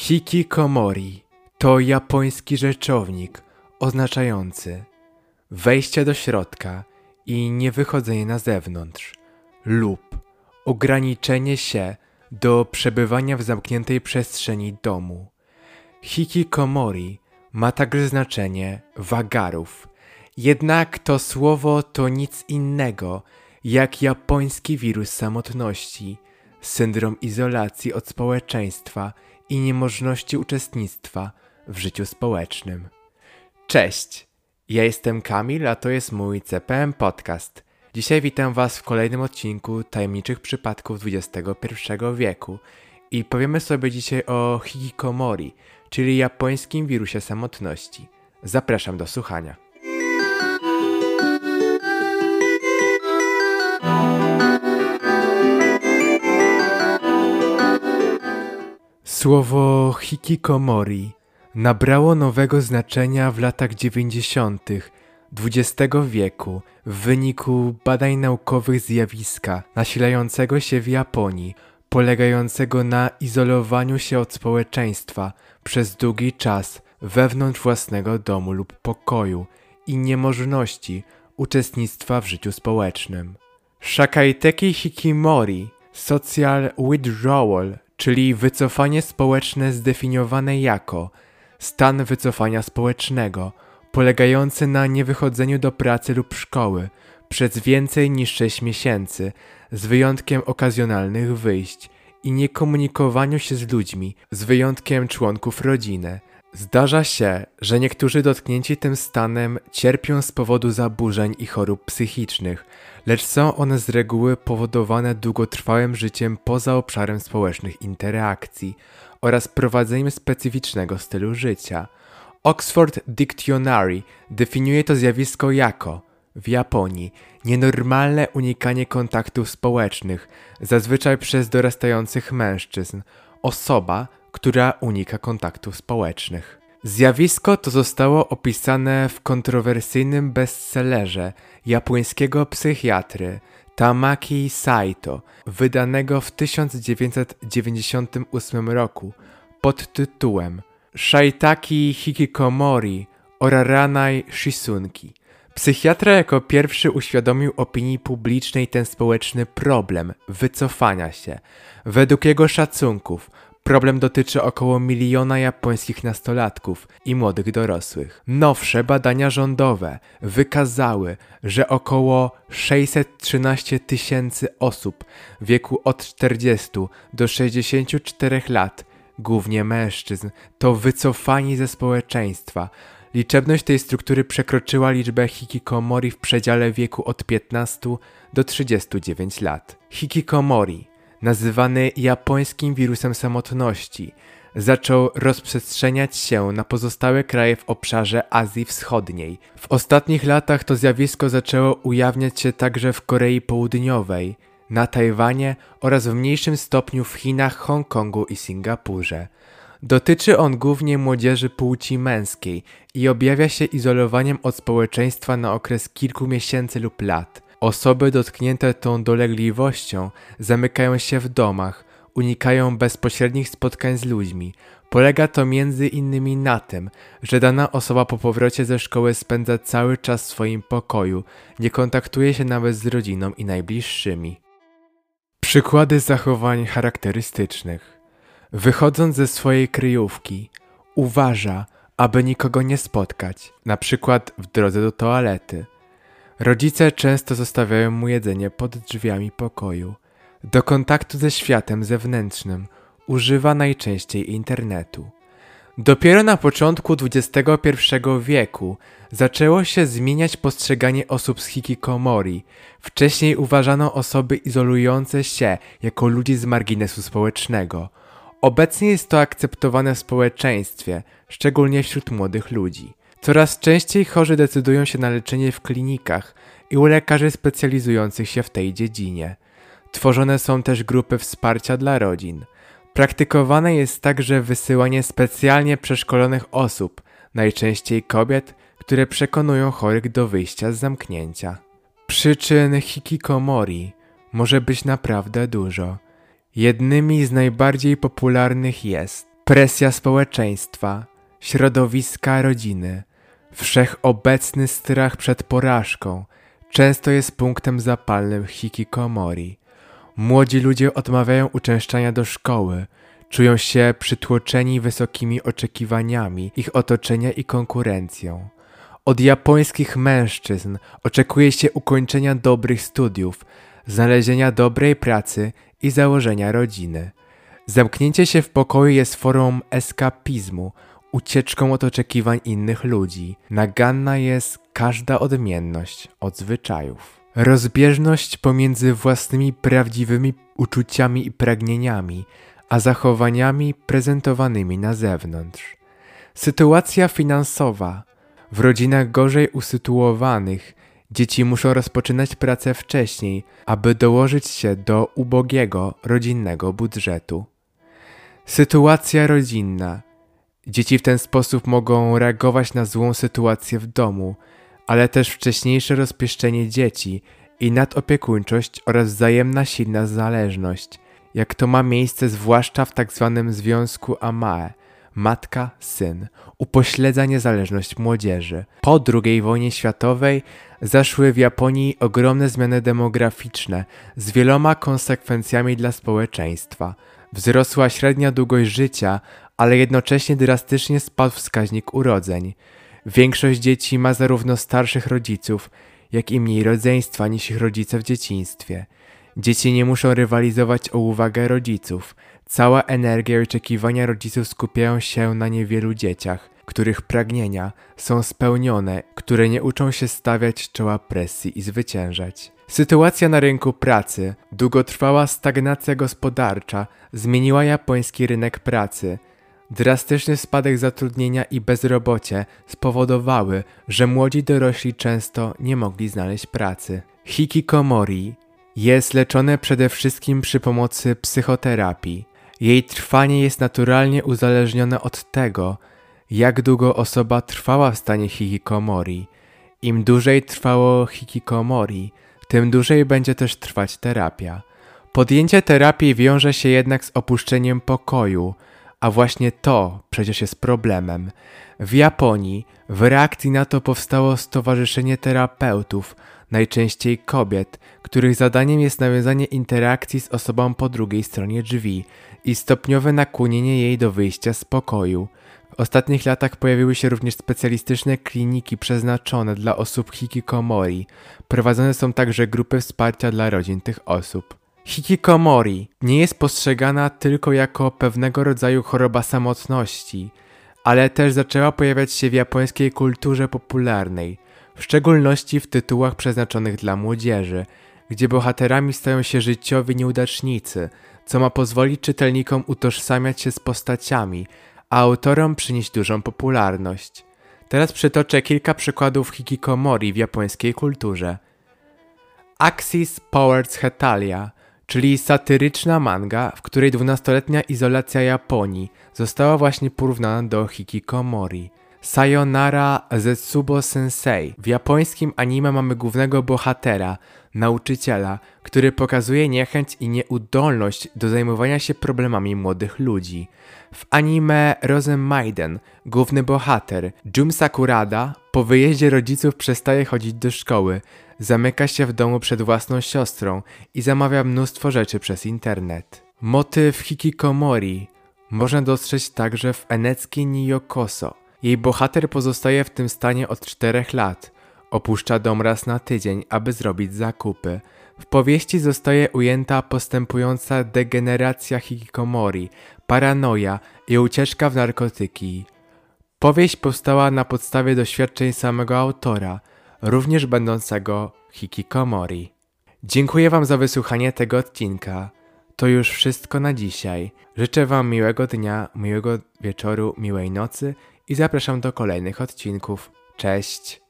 Hikikomori to japoński rzeczownik oznaczający wejście do środka i niewychodzenie na zewnątrz lub ograniczenie się do przebywania w zamkniętej przestrzeni domu. Hikikomori ma także znaczenie wagarów, jednak to słowo to nic innego jak japoński wirus samotności, syndrom izolacji od społeczeństwa i niemożności uczestnictwa w życiu społecznym. Cześć, ja jestem Kamil, a to jest mój CPM Podcast. Dzisiaj witam Was w kolejnym odcinku Tajemniczych Przypadków XXI wieku i powiemy sobie dzisiaj o hikikomori, czyli japońskim wirusie samotności. Zapraszam do słuchania. Słowo hikikomori nabrało nowego znaczenia w latach 90. XX wieku w wyniku badań naukowych zjawiska nasilającego się w Japonii, polegającego na izolowaniu się od społeczeństwa przez długi czas wewnątrz własnego domu lub pokoju i niemożności uczestnictwa w życiu społecznym. Shakaiteki hikikomori, social withdrawal, czyli wycofanie społeczne zdefiniowane jako stan wycofania społecznego, polegający na niewychodzeniu do pracy lub szkoły przez więcej niż 6 miesięcy, z wyjątkiem okazjonalnych wyjść i niekomunikowaniu się z ludźmi, z wyjątkiem członków rodziny. Zdarza się, że niektórzy dotknięci tym stanem cierpią z powodu zaburzeń i chorób psychicznych, lecz są one z reguły powodowane długotrwałym życiem poza obszarem społecznych interakcji oraz prowadzeniem specyficznego stylu życia. Oxford Dictionary definiuje to zjawisko jako w Japonii nienormalne unikanie kontaktów społecznych, zazwyczaj przez dorastających mężczyzn, osoba, która unika kontaktów społecznych. Zjawisko to zostało opisane w kontrowersyjnym bestsellerze japońskiego psychiatry Tamaki Saito, wydanego w 1998 roku pod tytułem Shiitake Hikikomori Oraranai Shisunki. Psychiatra jako pierwszy uświadomił opinii publicznej ten społeczny problem wycofania się. Według jego szacunków problem dotyczy około 1 miliona japońskich nastolatków i młodych dorosłych. Nowsze badania rządowe wykazały, że około 613 tysięcy osób w wieku od 40 do 64 lat, głównie mężczyzn, to wycofani ze społeczeństwa. Liczebność tej struktury przekroczyła liczbę hikikomori w przedziale wieku od 15 do 39 lat. Hikikomori, nazywany japońskim wirusem samotności, zaczął rozprzestrzeniać się na pozostałe kraje w obszarze Azji Wschodniej. W ostatnich latach to zjawisko zaczęło ujawniać się także w Korei Południowej, na Tajwanie oraz w mniejszym stopniu w Chinach, Hongkongu i Singapurze. Dotyczy on głównie młodzieży płci męskiej i objawia się izolowaniem od społeczeństwa na okres kilku miesięcy lub lat. Osoby dotknięte tą dolegliwością zamykają się w domach, unikają bezpośrednich spotkań z ludźmi. Polega to między innymi na tym, że dana osoba po powrocie ze szkoły spędza cały czas w swoim pokoju, nie kontaktuje się nawet z rodziną i najbliższymi. Przykłady zachowań charakterystycznych. Wychodząc ze swojej kryjówki, uważa, aby nikogo nie spotkać, na przykład w drodze do toalety. Rodzice często zostawiają mu jedzenie pod drzwiami pokoju. Do kontaktu ze światem zewnętrznym używa najczęściej internetu. Dopiero na początku XXI wieku zaczęło się zmieniać postrzeganie osób z hikikomori. Wcześniej uważano osoby izolujące się jako ludzi z marginesu społecznego. Obecnie jest to akceptowane w społeczeństwie, szczególnie wśród młodych ludzi. Coraz częściej chorzy decydują się na leczenie w klinikach i u lekarzy specjalizujących się w tej dziedzinie. Tworzone są też grupy wsparcia dla rodzin. Praktykowane jest także wysyłanie specjalnie przeszkolonych osób, najczęściej kobiet, które przekonują chorych do wyjścia z zamknięcia. Przyczyn hikikomori może być naprawdę dużo. Jednymi z najbardziej popularnych jest Presja społeczeństwa, środowiska rodziny, wszechobecny strach przed porażką często jest punktem zapalnym hikikomori. Młodzi ludzie odmawiają uczęszczania do szkoły, czują się przytłoczeni wysokimi oczekiwaniami ich otoczenia i konkurencją. Od japońskich mężczyzn oczekuje się ukończenia dobrych studiów, znalezienia dobrej pracy i założenia rodziny. Zamknięcie się w pokoju jest formą eskapizmu, ucieczką od oczekiwań innych ludzi. Naganna jest każda odmienność od zwyczajów. Rozbieżność pomiędzy własnymi prawdziwymi uczuciami i pragnieniami, a zachowaniami prezentowanymi na zewnątrz. Sytuacja finansowa. W rodzinach gorzej usytuowanych dzieci muszą rozpoczynać pracę wcześniej, aby dołożyć się do ubogiego rodzinnego budżetu. Sytuacja rodzinna. Dzieci w ten sposób mogą reagować na złą sytuację w domu, ale też wcześniejsze rozpieszczenie dzieci i nadopiekuńczość oraz wzajemna silna zależność, jak to ma miejsce zwłaszcza w tzw. związku Amae, matka-syn, upośledza niezależność młodzieży. Po II wojnie światowej zaszły w Japonii ogromne zmiany demograficzne z wieloma konsekwencjami dla społeczeństwa. Wzrosła średnia długość życia, ale jednocześnie drastycznie spadł wskaźnik urodzeń. Większość dzieci ma zarówno starszych rodziców, jak i mniej rodzeństwa niż ich rodzice w dzieciństwie. Dzieci nie muszą rywalizować o uwagę rodziców. Cała energia i oczekiwania rodziców skupiają się na niewielu dzieciach, których pragnienia są spełnione, które nie uczą się stawiać czoła presji i zwyciężać. Sytuacja na rynku pracy, długotrwała stagnacja gospodarcza zmieniła japoński rynek pracy. Drastyczny spadek zatrudnienia i bezrobocie spowodowały, że młodzi dorośli często nie mogli znaleźć pracy. Hikikomori jest leczone przede wszystkim przy pomocy psychoterapii. Jej trwanie jest naturalnie uzależnione od tego, jak długo osoba trwała w stanie hikikomori. Im dłużej trwało hikikomori, tym dłużej będzie też trwać terapia. Podjęcie terapii wiąże się jednak z opuszczeniem pokoju, a właśnie to przecież jest problemem. W Japonii w reakcji na to powstało Stowarzyszenie Terapeutów, najczęściej kobiet, których zadaniem jest nawiązanie interakcji z osobą po drugiej stronie drzwi i stopniowe nakłonienie jej do wyjścia z pokoju. W ostatnich latach pojawiły się również specjalistyczne kliniki przeznaczone dla osób hikikomori. Prowadzone są także grupy wsparcia dla rodzin tych osób. Hikikomori nie jest postrzegana tylko jako pewnego rodzaju choroba samotności, ale też zaczęła pojawiać się w japońskiej kulturze popularnej, w szczególności w tytułach przeznaczonych dla młodzieży, gdzie bohaterami stają się życiowi nieudacznicy, co ma pozwolić czytelnikom utożsamiać się z postaciami, a autorom przynieść dużą popularność. Teraz przytoczę kilka przykładów hikikomori w japońskiej kulturze. Axis Powers Hetalia, czyli satyryczna manga, w której 12-letnia izolacja Japonii została właśnie porównana do hikikomori. Sayonara Zetsubo Sensei. W japońskim anime mamy głównego bohatera, nauczyciela, który pokazuje niechęć i nieudolność do zajmowania się problemami młodych ludzi. W anime Rozen Maiden główny bohater, Jun Sakurada, po wyjeździe rodziców przestaje chodzić do szkoły, zamyka się w domu przed własną siostrą i zamawia mnóstwo rzeczy przez internet. Motyw hikikomori można dostrzec także w Enetsuki ni Yokoso. Jej bohater pozostaje w tym stanie od 4 lat. Opuszcza dom raz na tydzień, aby zrobić zakupy. W powieści zostaje ujęta postępująca degeneracja hikikomori, paranoja i ucieczka w narkotyki. Powieść powstała na podstawie doświadczeń samego autora, również będącego hikikomori. Dziękuję Wam za wysłuchanie tego odcinka. To już wszystko na dzisiaj. Życzę Wam miłego dnia, miłego wieczoru, miłej nocy i zapraszam do kolejnych odcinków. Cześć!